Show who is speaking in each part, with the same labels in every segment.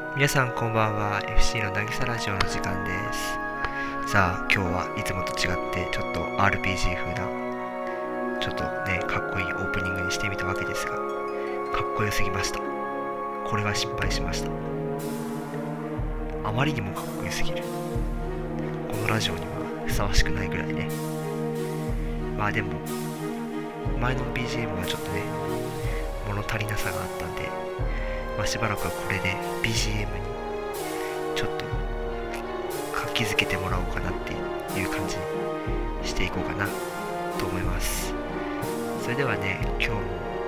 Speaker 1: 皆さんこんばんは。 FC の渚ラジオの時間です。さあ今日はいつもと違ってちょっと RPG 風なちょっとねかっこいいオープニングにしてみたわけですが、かっこよすぎました。これは失敗しました。あまりにもかっこよすぎる。このラジオにはふさわしくないぐらいね。まあでも前の BGM はちょっとね物足りなさがあったんで、しばらくはこれで BGM にちょっと活気づけてもらおうかなっていう感じにしていこうかなと思います。それではね、今日も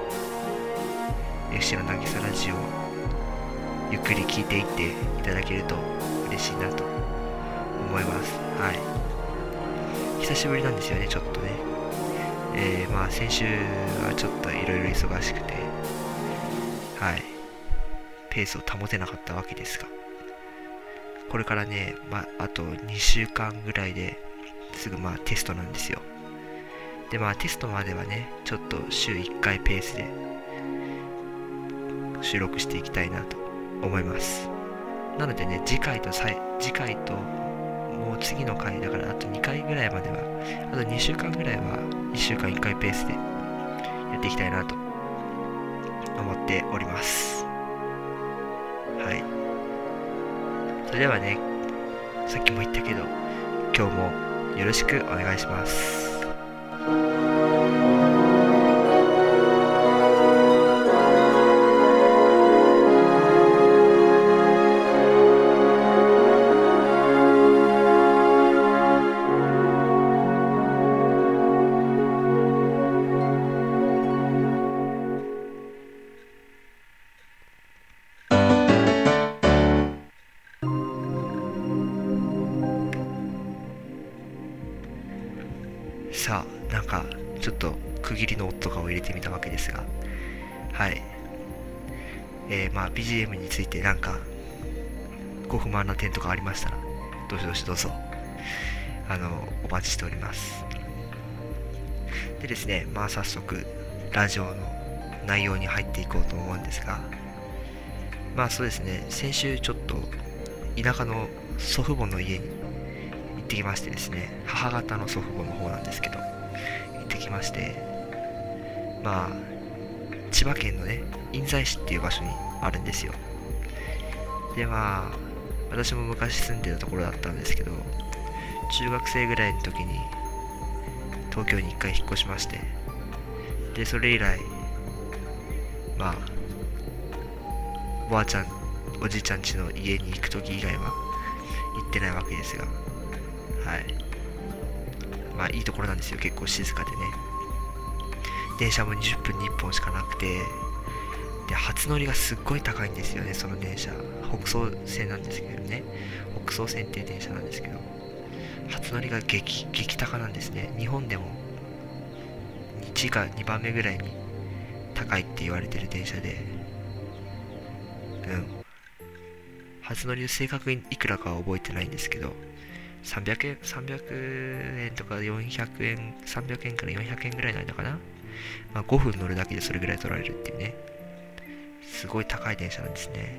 Speaker 1: FC の渚ラジオをゆっくり聞いていっていただけると嬉しいなと思います。はい、久しぶりなんですよね。ちょっとね先週はちょっといろいろ忙しくて、はいペースを保てなかったわけですが、これからね、あと2週間ぐらいですぐテストなんですよ。でテストまではね、ちょっと週1回ペースで収録していきたいなと思います。なのでね、次回ともう次の回だから、あと2回ぐらいまでは、あと2週間ぐらいは1週間1回ペースでやっていきたいなと思っております。はい。それではね、さっきも言ったけど、今日もよろしくお願いします。さあ、なんかちょっと区切りの音とかを入れてみたわけですが、はい。BGM についてなんかご不満な点とかありましたら、どしどしどうぞお待ちしております。でですね、早速ラジオの内容に入っていこうと思うんですが、そうですね、先週ちょっと田舎の祖父母の家に行ってきましてですね、母方の祖父母の方なんですけど行ってきまして、千葉県のね印西市っていう場所にあるんですよ。で私も昔住んでたところだったんですけど、中学生ぐらいの時に東京に一回引っ越しまして、でそれ以来おばあちゃんおじいちゃん家の家に行く時以外は行ってないわけですが、はい、いいところなんですよ。結構静かでね、電車も20分に1本しかなくて、で初乗りがすっごい高いんですよね。その電車北総線なんですけどね、北総線っていう電車なんですけど、初乗りが激高なんですね。日本でも1位か2番目ぐらいに高いって言われてる電車で、初乗りで正確にいくらかは覚えてないんですけど、300円とか400円、300円から400円ぐらいなんだかな。5分乗るだけでそれぐらい取られるっていうね、すごい高い電車なんですね。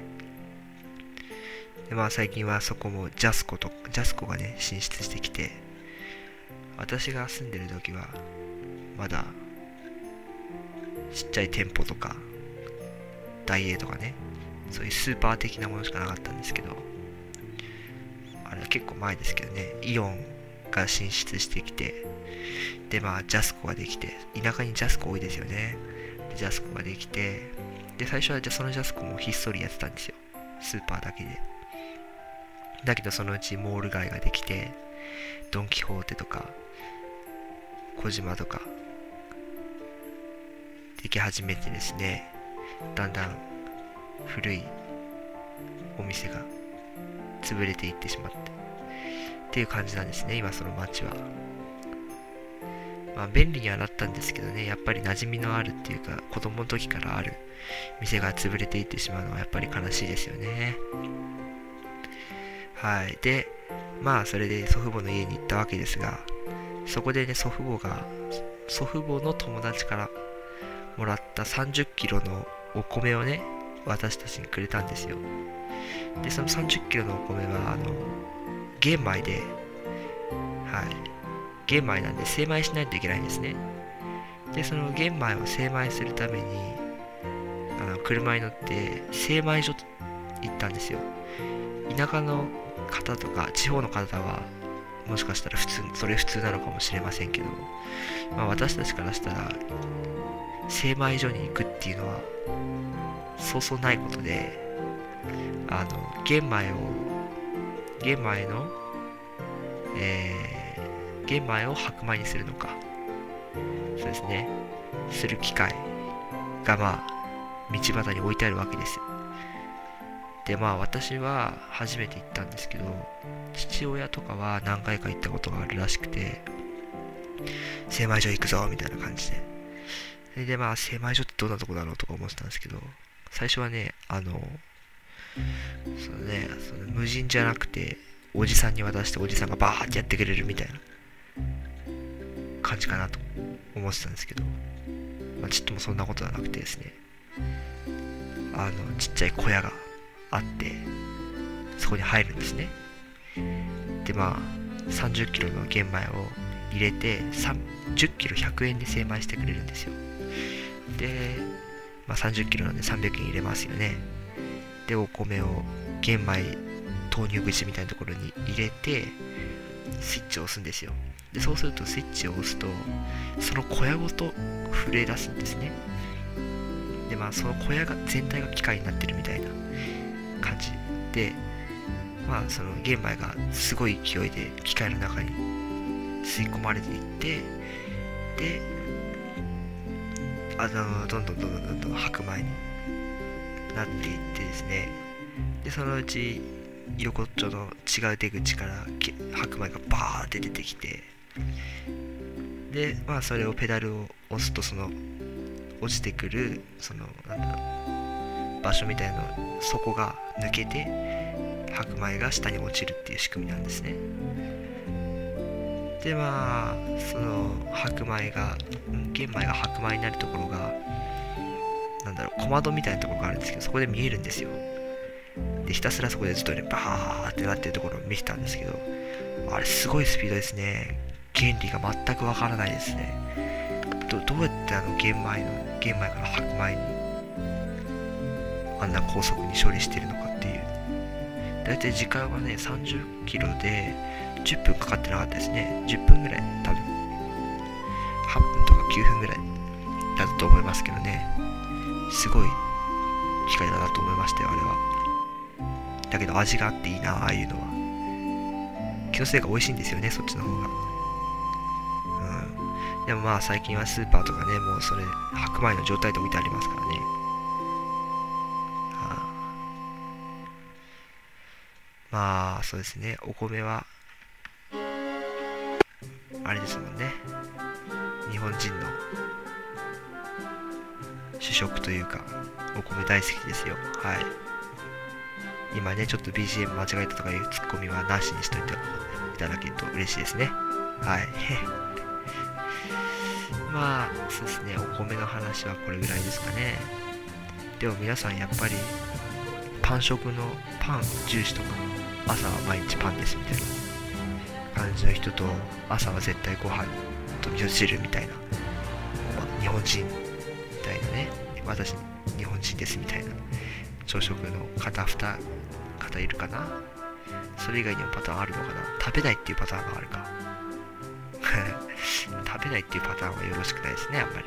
Speaker 1: で最近はそこもジャスコがね進出してきて、私が住んでる時はまだちっちゃい店舗とかダイエーとかね、そういうスーパー的なものしかなかったんですけど、あれは結構前ですけどね、イオンが進出してきて、でジャスコができて、田舎にジャスコ多いですよね。でジャスコができて、で最初はそのジャスコもひっそりやってたんですよ、スーパーだけで。だけどそのうちモール街ができて、ドン・キホーテとか小島とかでき始めてですね、だんだん古いお店が潰れていってしまってっていう感じなんですね、今その街は。便利にはなったんですけどね、やっぱり馴染みのあるっていうか、子供の時からある店が潰れていってしまうのはやっぱり悲しいですよね。はい。でそれで祖父母の家に行ったわけですが、そこでね、祖父母の友達からもらった30キロのお米をね、私たちにくれたんですよ。 で、その30キロのお米は、玄米で、はい、玄米なんで精米しないといけないんですね。で、その玄米を精米するために、車に乗って精米所行ったんですよ。田舎の方とか地方の方はもしかしたらそれ普通なのかもしれませんけど、私たちからしたら精米所に行くっていうのはそうそうないことで、玄米を白米にするのか、そうですね、する機械が道端に置いてあるわけです。で、私は初めて行ったんですけど、父親とかは何回か行ったことがあるらしくて、精米所行くぞみたいな感じで。それで精米所ってどんなとこだろうとか思ってたんですけど、最初はね、その無人じゃなくて、おじさんに渡しておじさんがバーってやってくれるみたいな感じかなと思ってたんですけど、ちっともそんなことはなくてですね、ちっちゃい小屋があって、そこに入るんですね。で、30キロの玄米を入れて、10キロ100円で精米してくれるんですよ。で、30キロなんで300円入れますよね。で、お米を玄米投入口みたいなところに入れて、スイッチを押すんですよ。で、そうするとスイッチを押すと、その小屋ごと震え出すんですね。で、その小屋全体が機械になってるみたいな感じで、その玄米がすごい勢いで機械の中に吸い込まれていって、で、どんどん白米になっていってですね、で、そのうち横っちょの違う出口から白米がバーって出てきて、で、それをペダルを押すと、その落ちてくる場所みたいな底が抜けて白米が下に落ちるっていう仕組みなんですね。で、その玄米が白米になるところが小窓みたいなところがあるんですけど、そこで見えるんですよ。で、ひたすらそこでずっとね、バーってなってるところを見てたんですけど、あれすごいスピードですね。原理が全くわからないですね。どうやって玄米から白米にあんな高速に処理してるのかっていう。だいたい時間はね、30キロで10分かかってなかったですね。10分ぐらい、多分8分とか9分ぐらいだったと思いますけどね。すごい機械だなと思いましたよ、あれは。だけど味があっていいな、ああいうのは。気のせいが美味しいんですよね、そっちの方が。でも最近はスーパーとかね、もうそれ白米の状態で置いてありますからね。そうですね、お米はあれですもんね、日本人の主食というか、お米大好きですよ。はい。今ね、ちょっと BGM 間違えたとかいうツッコミはなしにしといていただけると嬉しいですね。はい。そうですね、お米の話はこれぐらいですかね。でも皆さんやっぱりパン重視とか、朝は毎日パンですみたいな感じの人と、朝は絶対ご飯と味噌汁みたいな、日本人みたいなね、私日本人ですみたいな朝食の方いるかな。それ以外にもパターンあるのかな。食べないっていうパターンがあるか。食べないっていうパターンはよろしくないですね、あんまり。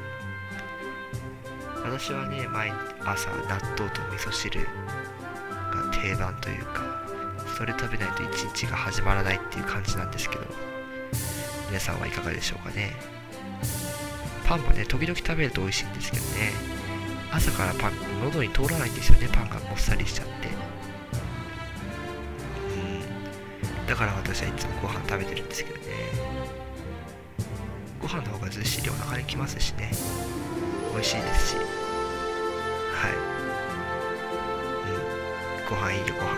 Speaker 1: 私はね、毎朝納豆と味噌汁が定番というか、それ食べないと一日が始まらないっていう感じなんですけど、皆さんはいかがでしょうかね。パンもね、時々食べると美味しいんですけどね、朝からパン喉に通らないんですよね。パンがもっさりしちゃって、だから私はいつもご飯食べてるんですけどね。ご飯の方がずっしりお腹にきますしね、美味しいですし、はい。ご飯いいよ、ご飯。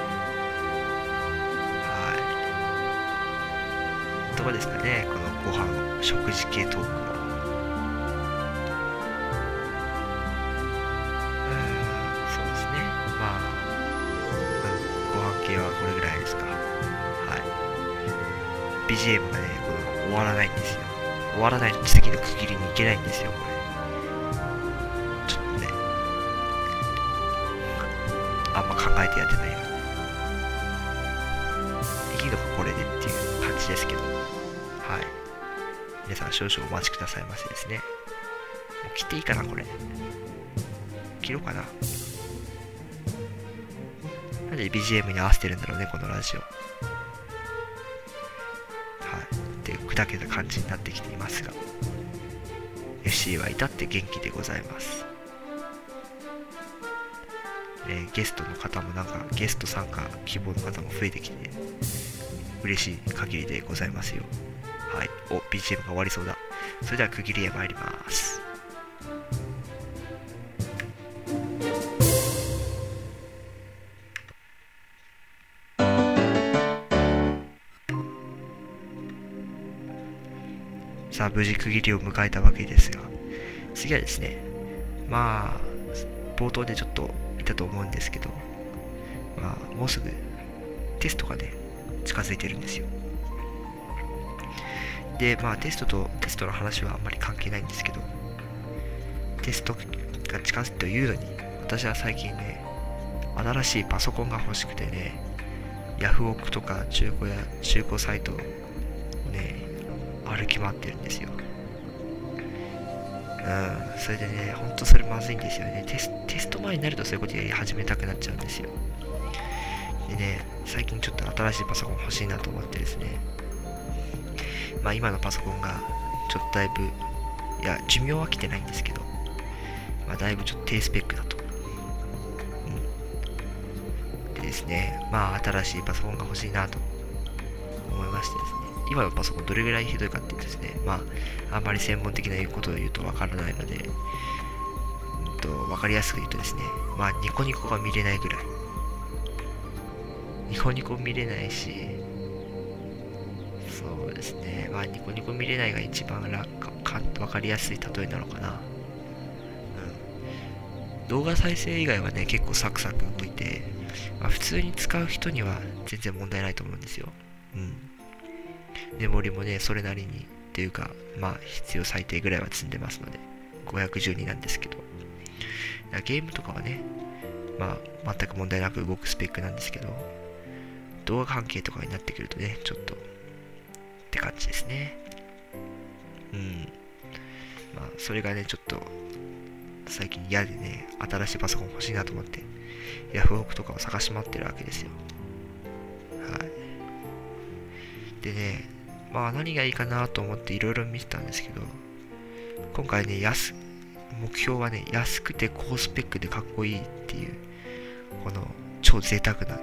Speaker 1: はい。どうですかね、このご飯食事系トークは。そうですね、 係はこれぐらいですか。はい。BGM がね、この終わらないんですよ。終わらないと次の区切りに行けないんですよ、これ。ちょっとね、あんま考えてやってないよ。いいのかこれでっていう感じですけど。はい。皆さん少々お待ちくださいませですね。もう切っていいかな、これ。切ろうかな。なんで BGM に合わせてるんだろうね、このラジオ。はい。で、砕けた感じになってきていますが。FC は至って元気でございます。ゲストの方もなんか、ゲスト参加希望の方も増えてきて、嬉しい限りでございますよ。はい。お、BGM が終わりそうだ。それでは区切りへ参ります。さあ、無事区切りを迎えたわけですが、次はですね、まあ、冒頭でちょっと言ったと思うんですけど、まあ、もうすぐテストがね、近づいてるんですよ。で、まあテストの話はあんまり関係ないんですけど、テストが近づくというのに、私は最近ね、新しいパソコンが欲しくてね、ヤフオクとか中古サイトをね、歩き回ってるんですよ。それでね、ほんとそれまずいんですよね。テスト前になるとそういうことやり始めたくなっちゃうんですよ。でね、最近ちょっと新しいパソコン欲しいなと思ってですね、まあ今のパソコンがちょっとだいぶ、いや寿命は来てないんですけど、まあだいぶちょっと低スペックだと。でですね、まあ新しいパソコンが欲しいなと思いましてですね、今のパソコンどれぐらいひどいかっていうとですね、まああんまり専門的なことを言うとわからないので、わかりやすく言うとですね、まあニコニコが見れないぐらい。ニコニコ見れないし、そうですね、まあニコニコ見れないが一番わかりやすい例えなのかな。動画再生以外はね、結構サクサク動いて、まあ、普通に使う人には全然問題ないと思うんですよ。メモリもね、それなりにっていうか、まあ必要最低ぐらいは積んでますので、512なんですけど、ゲームとかはね、まあ全く問題なく動くスペックなんですけど、動画関係とかになってくるとね、ちょっとって感じですね。まあそれがね、ちょっと最近嫌でね、新しいパソコン欲しいなと思って、ヤフオクとかを探し回ってるわけですよ。はい。でね、まあ何がいいかなと思っていろいろ見てたんですけど、今回ね、目標はね、安くて高スペックでかっこいいっていう、この超贅沢な、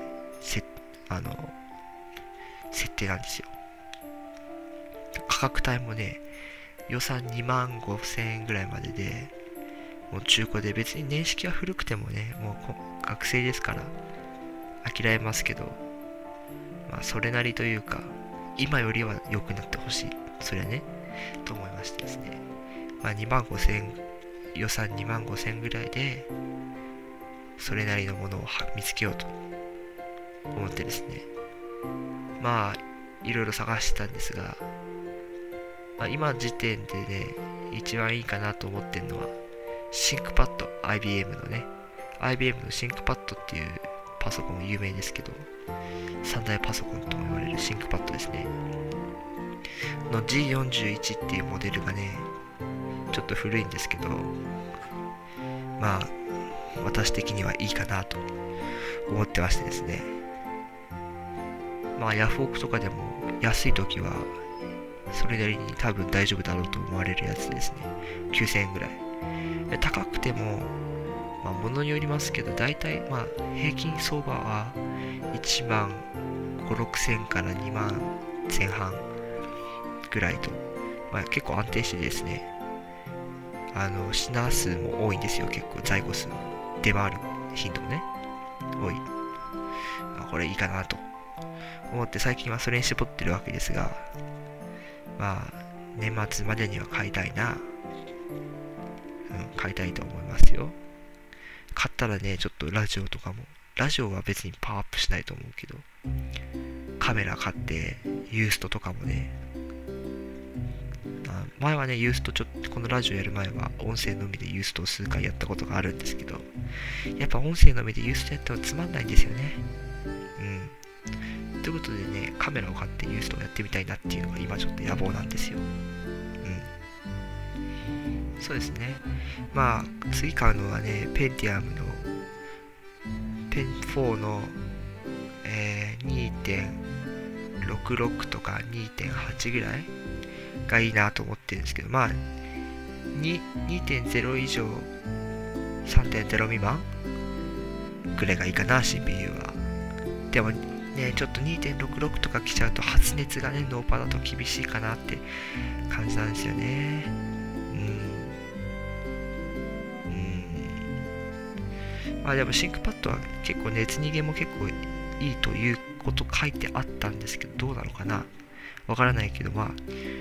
Speaker 1: 設定なんですよ。価格帯もね、予算2万5千円ぐらいまでで、もう中古で別に年式は古くてもね、もう学生ですから諦めますけど、まあそれなりというか、今よりは良くなってほしい。それはね、と思いましてですね。まあ2万5千円、予算2万5千円ぐらいで、それなりのものを見つけようと思ってですね。まあ、いろいろ探してたんですが、まあ、今時点でね、一番いいかなと思ってるのは、シンクパッド、IBM のね、IBM のシンクパッドっていうパソコン有名ですけど、三大パソコンとも言われるシンクパッドですね。の G41 っていうモデルがね、ちょっと古いんですけど、まあ、私的にはいいかなと思ってましてですね。まあ、ヤフオクとかでも安い時は、それなりに多分大丈夫だろうと思われるやつですね。9000円ぐらい。高くても、まあ、物によりますけど、大体、まあ、平均相場は1万5、6千から2万前半ぐらいと、まあ、結構安定してですね、品数も多いんですよ、結構、在庫数も。出回る頻度もね、多い。これいいかなと思って、最近はそれに絞ってるわけですが、まあ、年末までには買いたいな。買いたいと思いますよ。買ったらね、ちょっとラジオとかもラジオは別にパワーアップしないと思うけど、カメラ買ってユーストとかもね、前はねユーストこのラジオやる前は音声のみでユーストを数回やったことがあるんですけど、やっぱ音声のみでユーストやってもつまんないんですよね。ということでね、カメラを買ってユーストをやってみたいなっていうのが今ちょっと野望なんですよ。そうですね。まあ次買うのはね、ペンティアムのペン4の、2.66 とか 2.8 ぐらいがいいなと思ってるんですけど、まあ 2.0 以上 3.0 未満ぐらいがいいかな、 CPU は。でもね、ちょっと 2.66 とか来ちゃうと発熱がねノーパだと厳しいかなって感じなんですよね。まあでもシンクパッドは結構熱逃げも結構いいということ書いてあったんですけど、どうなのかな、わからないけど、まあ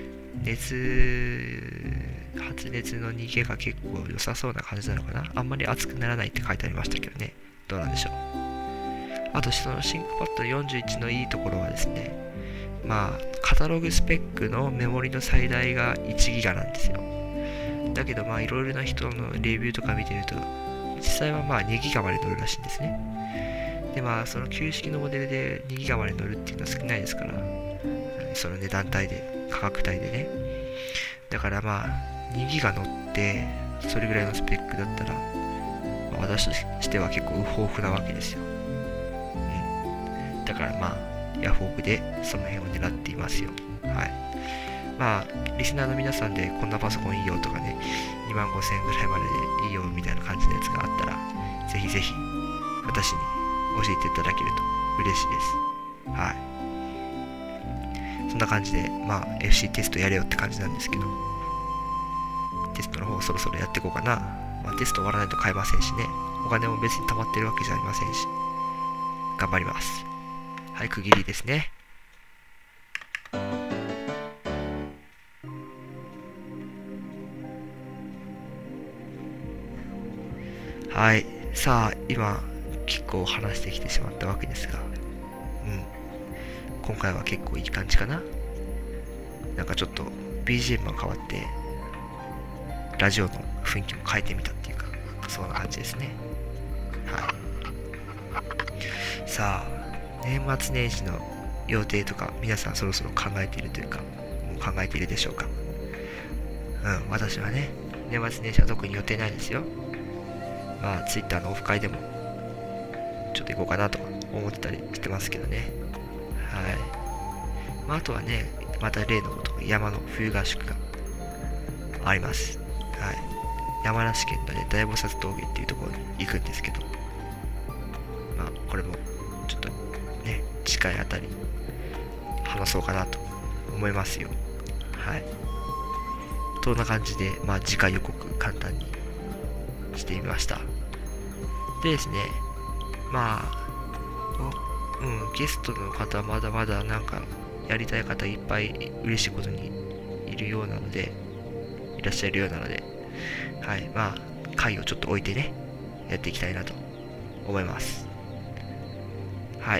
Speaker 1: 発熱の逃げが結構良さそうな感じなのかな。あんまり熱くならないって書いてありましたけどね、どうなんでしょう。あとそのシンクパッド41のいいところはですね、まあカタログスペックのメモリの最大が1ギガなんですよ。だけどまあいろいろな人のレビューとか見てると、実際はまあ2ギガまで乗るらしいんですね。でまあその旧式のモデルで2ギガまで乗るっていうのは少ないですから、その値段帯で価格帯でね。だからまあ2ギガ乗ってそれぐらいのスペックだったら、まあ、私としては結構豊富なわけですよ。だからまあヤフオクでその辺を狙っていますよ。はい。まあリスナーの皆さんでこんなパソコンいいよとかね、25,000円ぐらいまででいいよみたいな感じのやつがあったら、ぜひぜひ私に教えていただけると嬉しいです。はい。そんな感じでまあ FC テストやれよって感じなんですけど、テストの方そろそろやっていこうかな。まあ、テスト終わらないと買えませんしね、お金も別に溜まってるわけじゃありませんし、頑張ります。はい、区切りですね。はい、さあ今結構話してきてしまったわけですが、今回は結構いい感じかな。なんかちょっと BGM が変わってラジオの雰囲気も変えてみたっていうか、そんな感じですね。はい。さあ年末年始の予定とか皆さんそろそろ考えているというか、もう考えているでしょうか。私はね、年末年始は特に予定ないですよ。まあ Twitter のオフ会でもちょっと行こうかなとか思ってたりしてますけどね。はい。まあ、あとはね、また例のこと、山の冬合宿があります。はい。山梨県のね、大菩薩峠っていうところに行くんですけど、まあこれもちょっとね、次回あたり話そうかなと思いますよ。はい。そんな感じで、まあ次回予告簡単にしてみました。でですね、まあ、ゲストの方はまだまだなんかやりたい方いっぱい嬉しいことにいるようなので、いらっしゃるようなので、はい、まあ、回をちょっと置いてね、やっていきたいなと思います。はい。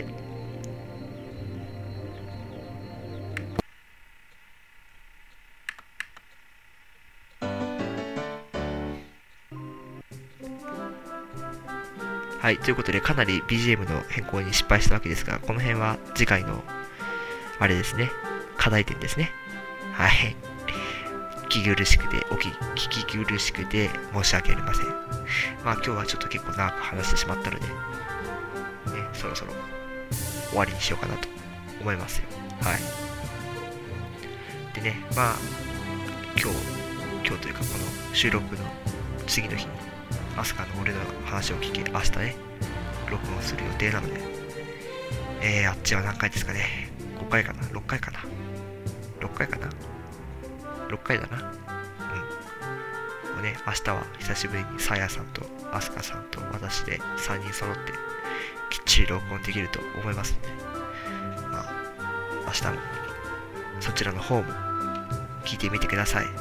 Speaker 1: はい、ということでかなり BGM の変更に失敗したわけですが、この辺は次回のあれですね、課題点ですね。はい。聞き苦しくて申し訳ありません。まあ今日はちょっと結構長く話してしまったので、ね、そろそろ終わりにしようかなと思いますよ。はい。でね、まあ今日というかこの収録の次の日にアスカの俺の話を聞け、明日ね、録音する予定なので、あっちは何回ですかね。5回かな ?6 回かな ?6 回かな ?6 回だな。もうね、明日は久しぶりにさやさんとアスカさんと私で3人揃ってきっちり録音できると思いますので、まあ、明日もそちらの方も聞いてみてください。はい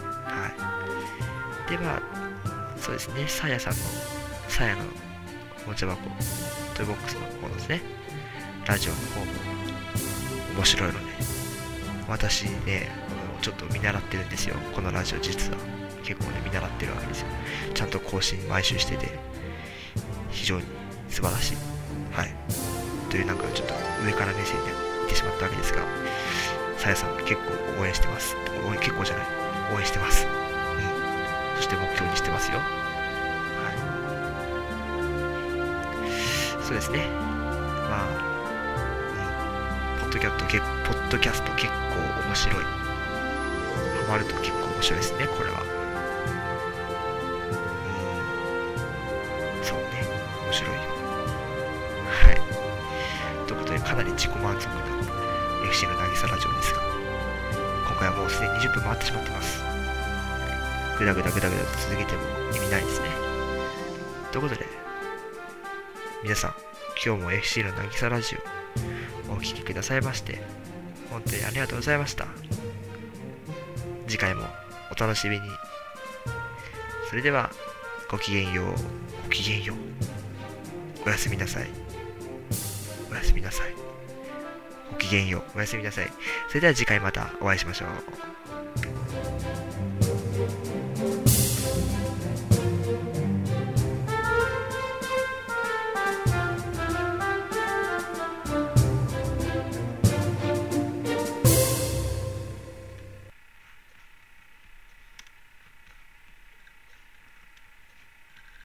Speaker 1: 。で、まあ、そうですね、さやのおもちゃ箱トイボックスの方のですね、ラジオの方も面白いので、私ね、ちょっと見習ってるんですよ。このラジオ実は結構ね、見習ってるわけですよ。ちゃんと更新毎週してて、非常に素晴らしい。はい。というなんかちょっと上から目線で言ってしまったわけですが、さやさん結構応援してます。結構じゃない。応援してます。そして目標にしてますよ。はい。そうですね。まあ、ポッドキャスト結構面白い。ハマると結構面白いですね、これは。そうね。面白いよ。はい。ということで、かなり自己満足な FC の渚ラジオですが、今回はもうすでに20分回ってしまってます。ぐだぐだと続けても意味ないですね。ということで、皆さん、今日も FC の渚ラジオお聴きくださいまして、本当にありがとうございました。次回もお楽しみに。それでは、ごきげんよう。おやすみなさい。ごきげんよう。おやすみなさい。それでは次回またお会いしましょう。